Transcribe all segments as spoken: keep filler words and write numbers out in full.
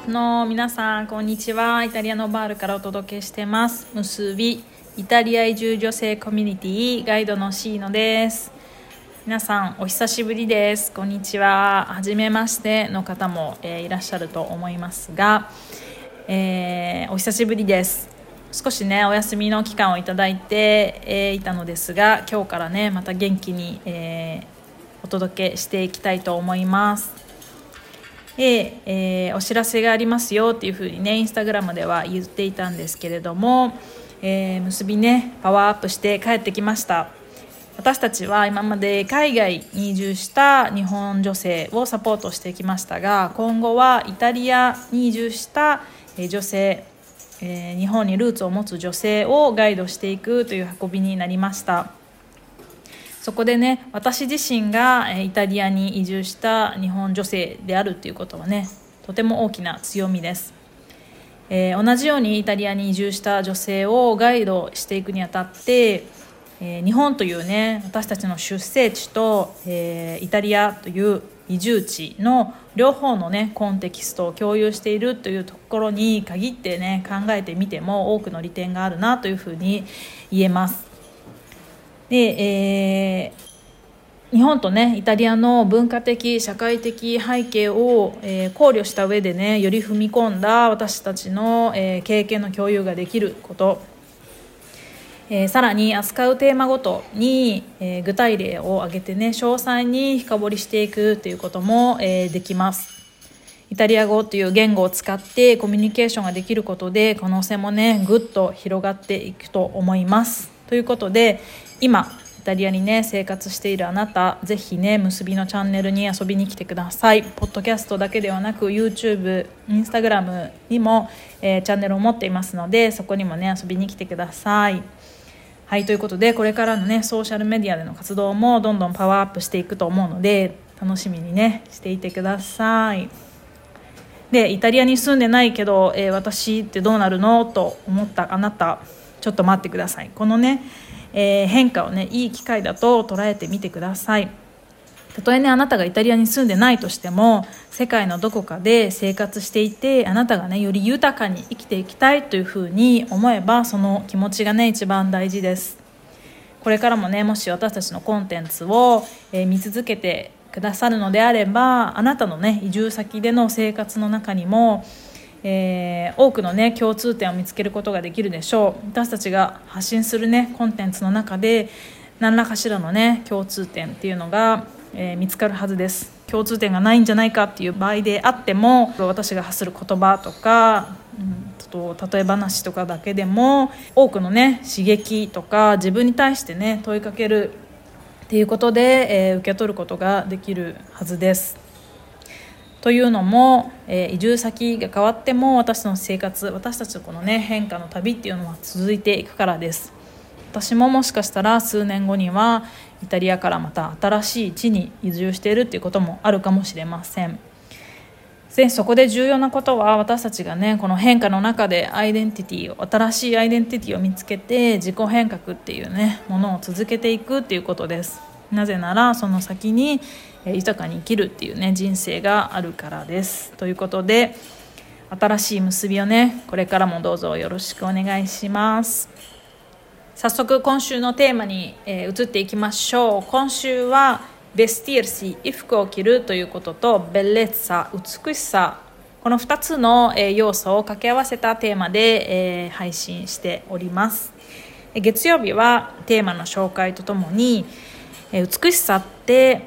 の皆さんこんにちは。イタリアのバールからお届けしてます結びイタリア移住女性コミュニティガイドのシーノです。皆さんお久しぶりです。こんにちは。はじめましての方も、えー、いらっしゃると思いますが、えー、お久しぶりです。少しねお休みの期間をいただいて、えー、いたのですが、今日からねまた元気に、えー、お届けしていきたいと思います。で、えー、お知らせがありますよっていうふうにねインスタグラムでは言っていたんですけれども、えー、結びねパワーアップして帰ってきました。私たちは今まで海外に移住した日本女性をサポートしてきましたが、今後はイタリアに移住した女性、えー、日本にルーツを持つ女性をガイドしていくという運びになりました。そこでね私自身がイタリアに移住した日本女性であるということはねとても大きな強みです。えー、同じようにイタリアに移住した女性をガイドしていくにあたって、えー、日本というね私たちの出生地と、えー、イタリアという移住地の両方のねコンテキストを共有しているというところに限ってね考えてみても多くの利点があるなというふうに言えます。で、えー、日本とねイタリアの文化的社会的背景を、えー、考慮した上でねより踏み込んだ私たちの、えー、経験の共有ができること、えー、さらに扱うテーマごとに、えー、具体例を挙げてね詳細に深掘りしていくということも、えー、できます。イタリア語という言語を使ってコミュニケーションができることで可能性もねぐっと広がっていくと思います。ということで今イタリアにね生活しているあなた、ぜひね結びのチャンネルに遊びに来てください。ポッドキャストだけではなく YouTube、Instagram にも、えー、チャンネルを持っていますので、そこにもね遊びに来てください。はい、ということでこれからのねソーシャルメディアでの活動もどんどんパワーアップしていくと思うので楽しみにねしていてください。でイタリアに住んでないけど、えー、私ってどうなるのと思ったあなた、ちょっと待ってください。このね、えー、変化をねいい機会だと捉えてみてください。たとえねあなたがイタリアに住んでないとしても、世界のどこかで生活していてあなたがねより豊かに生きていきたいというふうに思えば、その気持ちがね一番大事です。これからもねもし私たちのコンテンツを、えー、見続けてくださるのであれば、あなたのね移住先での生活の中にも、えー、多くのね共通点を見つけることができるでしょう。私たちが発信するねコンテンツの中で何らかしらのね共通点っていうのが、えー、見つかるはずです。共通点がないんじゃないかっていう場合であっても、私が発する言葉とか、うんと例え話とかだけでも多くのね刺激とか自分に対してね問いかけるっていうことで、えー、受け取ることができるはずです。というのも、えー、移住先が変わっても私の生活、私たちのこのね変化の旅っていうのは続いていくからです。私ももしかしたら数年後にはイタリアからまた新しい地に移住しているっていうこともあるかもしれません。でそこで重要なことは、私たちがねこの変化の中でアイデンティティを新しいアイデンティティを見つけて自己変革っていうねものを続けていくっていうことです。なぜならその先に豊かに生きるっていうね人生があるからです。ということで新しい結びをねこれからもどうぞよろしくお願いします。早速今週のテーマに、えー、移っていきましょう。今週はベスティールシ、衣服を着るということとベッレッツァ、美しさ、このふたつの、えー、要素を掛け合わせたテーマで、えー、配信しております。月曜日はテーマの紹介とともに、えー、美しさって、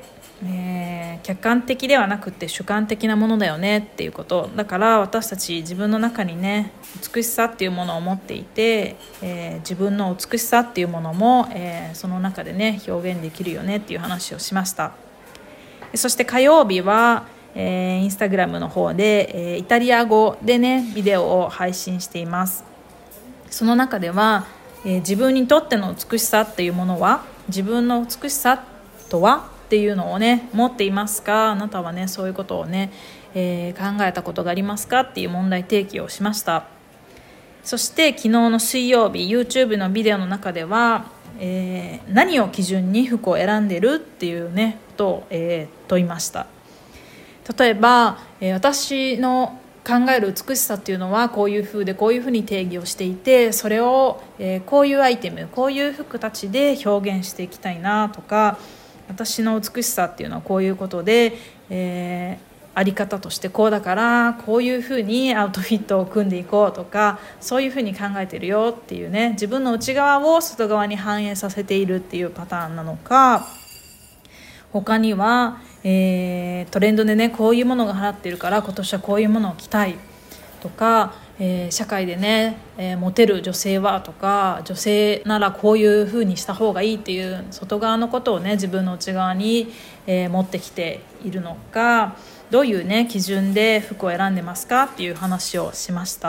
えー、客観的ではなくて主観的なものだよねっていうことだから、私たち自分の中にね美しさっていうものを持っていて、えー、自分の美しさっていうものも、えー、その中でね表現できるよねっていう話をしました。そして火曜日は、えー、インスタグラムの方で、えー、イタリア語でねビデオを配信しています。その中では、えー、自分にとっての美しさっていうものは、自分の美しさとはっていうのをね持っていますか、あなたはねそういうことをね、えー、考えたことがありますかっていう問題提起をしました。そして昨日の水曜日 YouTube のビデオの中では、えー、何を基準に服を選んでるっていうねことを、えー、問いました。例えば、えー、私の考える美しさっていうのはこういう風でこういう風に定義をしていて、それを、えー、こういうアイテムこういう服たちで表現していきたいなとか、私の美しさっていうのはこういうことで、えーあり方としてこうだからこういうふうにアウトフィットを組んでいこうとか、そういうふうに考えてるよっていうね、自分の内側を外側に反映させているっていうパターンなのか、他には、えー、トレンドでねこういうものが払ってるから今年はこういうものを着たいとか、えー、社会でね、えー、モテる女性はとか、女性ならこういう風にした方がいいっていう外側のことをね自分の内側に、えー、持ってきているのか、どういうね基準で服を選んでますかっていう話をしました。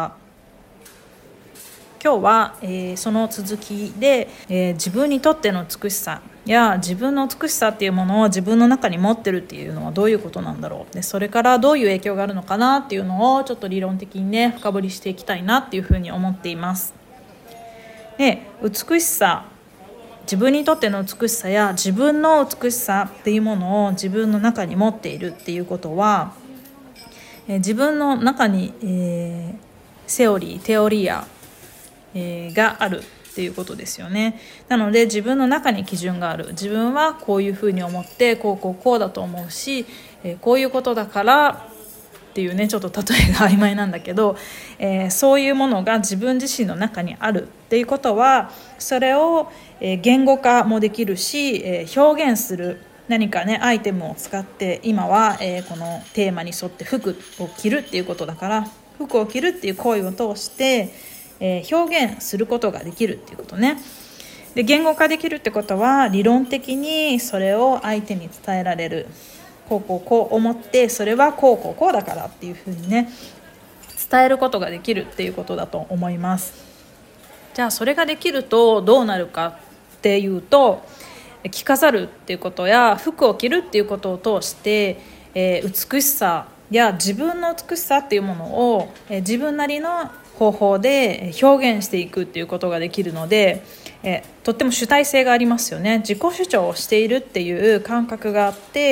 今日は、えー、その続きで、えー、自分にとっての美しさや自分の美しさっていうものを自分の中に持ってるっていうのはどういうことなんだろう、でそれからどういう影響があるのかなっていうのをちょっと理論的にね深掘りしていきたいなっていうふうに思っています。で、美しさ、自分にとっての美しさや自分の美しさっていうものを自分の中に持っているっていうことは、えー、自分の中に、えー、セオリーテオリアえー、があるっていうことですよね。なので自分の中に基準がある、自分はこういうふうに思ってこうこうこうだと思うし、えー、こういうことだからっていうね、ちょっと例えが曖昧なんだけど、えー、そういうものが自分自身の中にあるっていうことは、それを、えー、言語化もできるし、えー、表現する何かねアイテムを使って、今は、えー、このテーマに沿って服を着るっていうことだから、服を着るっていう行為を通してえー、表現することができるっていうことね。で、言語化できるってことは理論的にそれを相手に伝えられる、こうこうこう思ってそれはこうこうこうだからっていうふうにね伝えることができるっていうことだと思います。じゃあそれができるとどうなるかっていうと、着飾るっていうことや服を着るっていうことを通して、えー、美しさや自分の美しさっていうものを、えー、自分なりの方法で表現していくっていうことができるので、えとっても主体性がありますよね。自己主張をしているっていう感覚があって、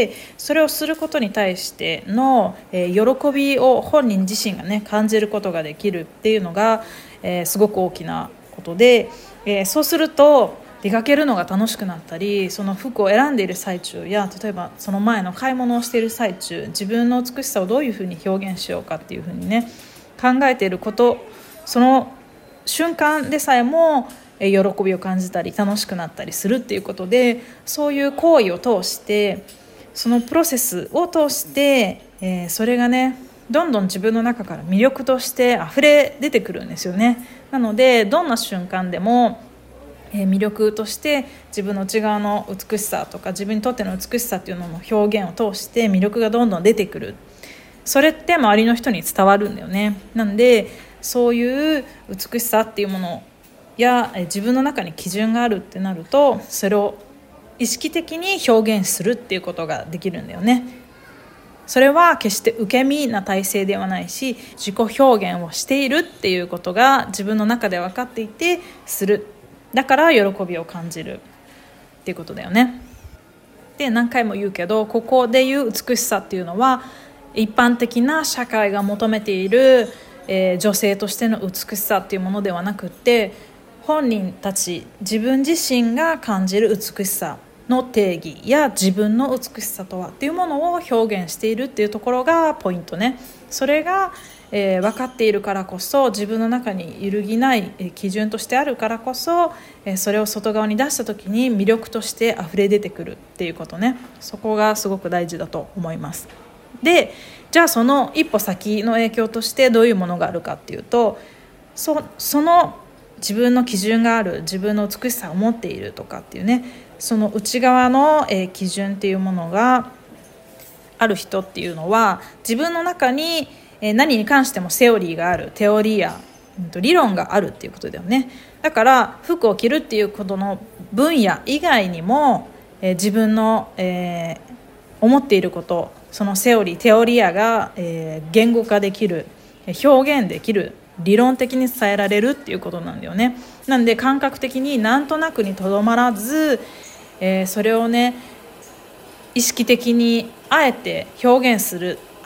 それをすることに対しての、え喜びを本人自身がね感じることができるっていうのが、えすごく大きなことで、えそうすると出かけるのが楽しくなったり、その服を選んでいる最中や例えばその前の買い物をしている最中、自分の美しさをどういうふうに表現しようかっていうふうにね考えていること、その瞬間でさえも喜びを感じたり楽しくなったりするっていうことで、そういう行為を通してそのプロセスを通して、えー、それがねどんどん自分の中から魅力として溢れ出てくるんですよね。なのでどんな瞬間でもえー、魅力として自分の内側の美しさとか自分にとっての美しさっていうのの表現を通して魅力がどんどん出てくる。それって周りの人に伝わるんだよね。なんでそういう美しさっていうものや自分の中に基準があるってなると、それを意識的に表現するっていうことができるんだよね。それは決して受け身な体制ではないし、自己表現をしているっていうことが自分の中で分かっていてする、だから喜びを感じるっていうことだよね。で、何回も言うけど、ここで言う美しさっていうのは一般的な社会が求めている、えー、女性としての美しさっていうものではなくって、本人たち自分自身が感じる美しさの定義や自分の美しさとはっていうものを表現しているっていうところがポイントね。それが、えー、分かっているからこそ、自分の中に揺るぎない、えー、基準としてあるからこそ、えー、それを外側に出した時に魅力として溢れ出てくるっていうことね。そこがすごく大事だと思います。で、じゃあその一歩先の影響としてどういうものがあるかっていうと、 そ, その自分の基準がある、自分の美しさを持っているとかっていうね、その内側の、えー、基準っていうものがある人っていうのは、自分の中に、えー、何に関してもセオリーがある、テオリーや、うん、と理論があるっていうことだよね。だから服を着るっていうことの分野以外にも、えー、自分の、えー、思っていること、そのセオリーテオリアが、えー、言語化できる、表現できる、理論的に伝えられるっていうことなんだよね。なんで感覚的になんとなくにとどまらず、えー、それをね意識的にあえて表現する、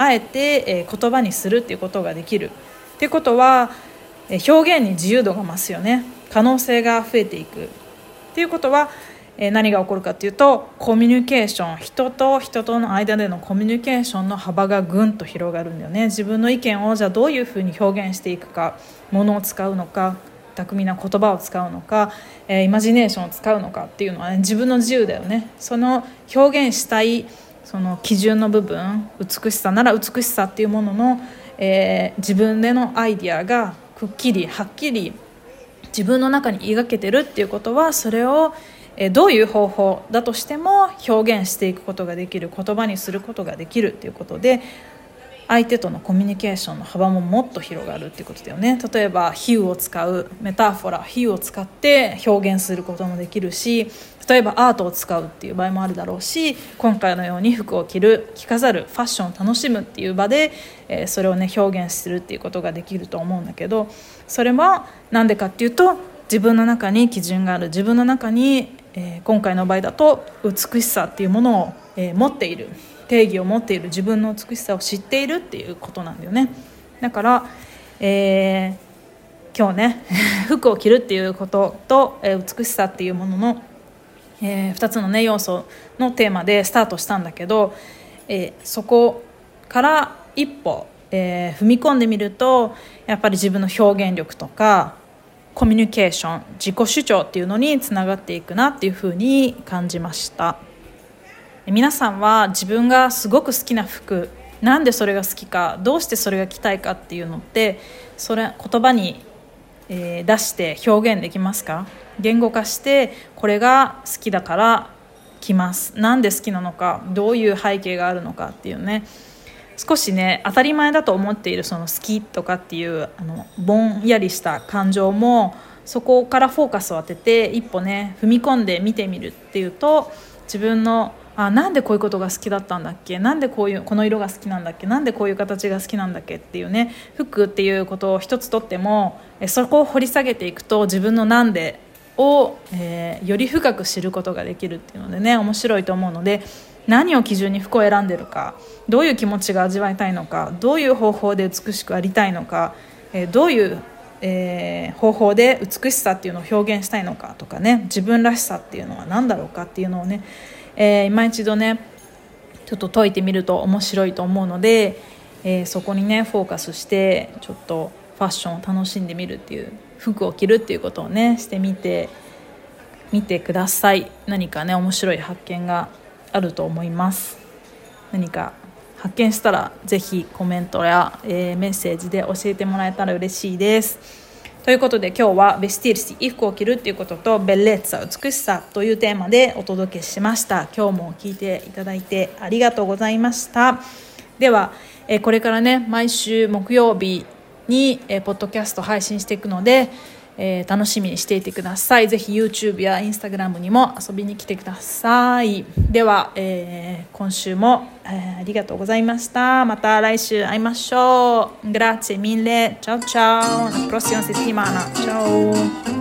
あえて、えー、言葉にするっていうことができるっていうことは、えー、表現に自由度が増すよね。可能性が増えていくっていうことは、えー、何が起こるかっていうと、コミュニケーション、人と人との間でのコミュニケーションの幅がぐんと広がるんだよね。自分の意見をじゃあどういうふうに表現していくか、ものを使うのか、巧みな言葉を使うのか、えー、イマジネーションを使うのかっていうのは、ね、自分の自由だよね。その表現したいその基準の部分、美しさなら美しさっていうものの、えー、自分でのアイディアがくっきりはっきり自分の中に描けてるっていうことは、それを、えー、どういう方法だとしても表現していくことができる、言葉にすることができるっていうことで、相手とのコミュニケーションの幅ももっと広がるっていうことだよね。例えば比喩を使う、メタフォラ、比喩を使って表現することもできるし、例えばアートを使うっていう場合もあるだろうし、今回のように服を着る、着飾る、ファッションを楽しむっていう場で、えー、それをね表現するっていうことができると思うんだけど、それはなんでかっていうと、自分の中に基準がある、自分の中に、えー、今回の場合だと美しさっていうものを、えー、持っている、定義を持っている、自分の美しさを知っているっていうことなんだよね。だから、えー、今日ね服を着るっていうことと、えー、美しさっていうものの、えー、ふたつの、ね、要素のテーマでスタートしたんだけど、えー、そこから一歩、えー、踏み込んでみると、やっぱり自分の表現力とかコミュニケーション、自己主張っていうのにつながっていくなっていうふうに感じました。皆さんは自分がすごく好きな服、なんでそれが好きか、どうしてそれが着たいかっていうのって、それ言葉に、えー、出して表現できますか？言語化して、これが好きだから着ます、なんで好きなのか、どういう背景があるのかっていうね、少しね当たり前だと思っているその好きとかっていうあのぼんやりした感情も、そこからフォーカスを当てて一歩ね踏み込んで見てみるっていうと、自分のあなんでこういうことが好きだったんだっけ、なんでこういうこの色が好きなんだっけ、なんでこういう形が好きなんだっけっていうね、服っていうことを一つとっても、そこを掘り下げていくと、自分のなんでを、えー、より深く知ることができるっていうのでね、面白いと思うので、何を基準に服を選んでるか、どういう気持ちが味わいたいのか、どういう方法で美しくありたいのか、えー、どういう、えー、方法で美しさっていうのを表現したいのかとかね、自分らしさっていうのは何だろうかっていうのをね、えー、今一度ねちょっと解いてみると面白いと思うので、えー、そこにねフォーカスしてちょっとファッションを楽しんでみるっていう、服を着るっていうことをねしてみてみてください。何かね面白い発見があると思います。何か発見したらぜひコメントや、えー、メッセージで教えてもらえたら嬉しいです。ということで今日はベスティルシ、衣服を着るということとベッレッツァ、美しさというテーマでお届けしました。今日も聞いていただいてありがとうございました。では、えこれからね毎週木曜日にえポッドキャスト配信していくので、えー、楽しみにしていてください。ぜひ YouTube や Instagram にも遊びに来てください。では、えー、今週も、えー、ありがとうございました。また来週会いましょう。Grazie mille. Ciao ciao. La prossima settimana. Ciao.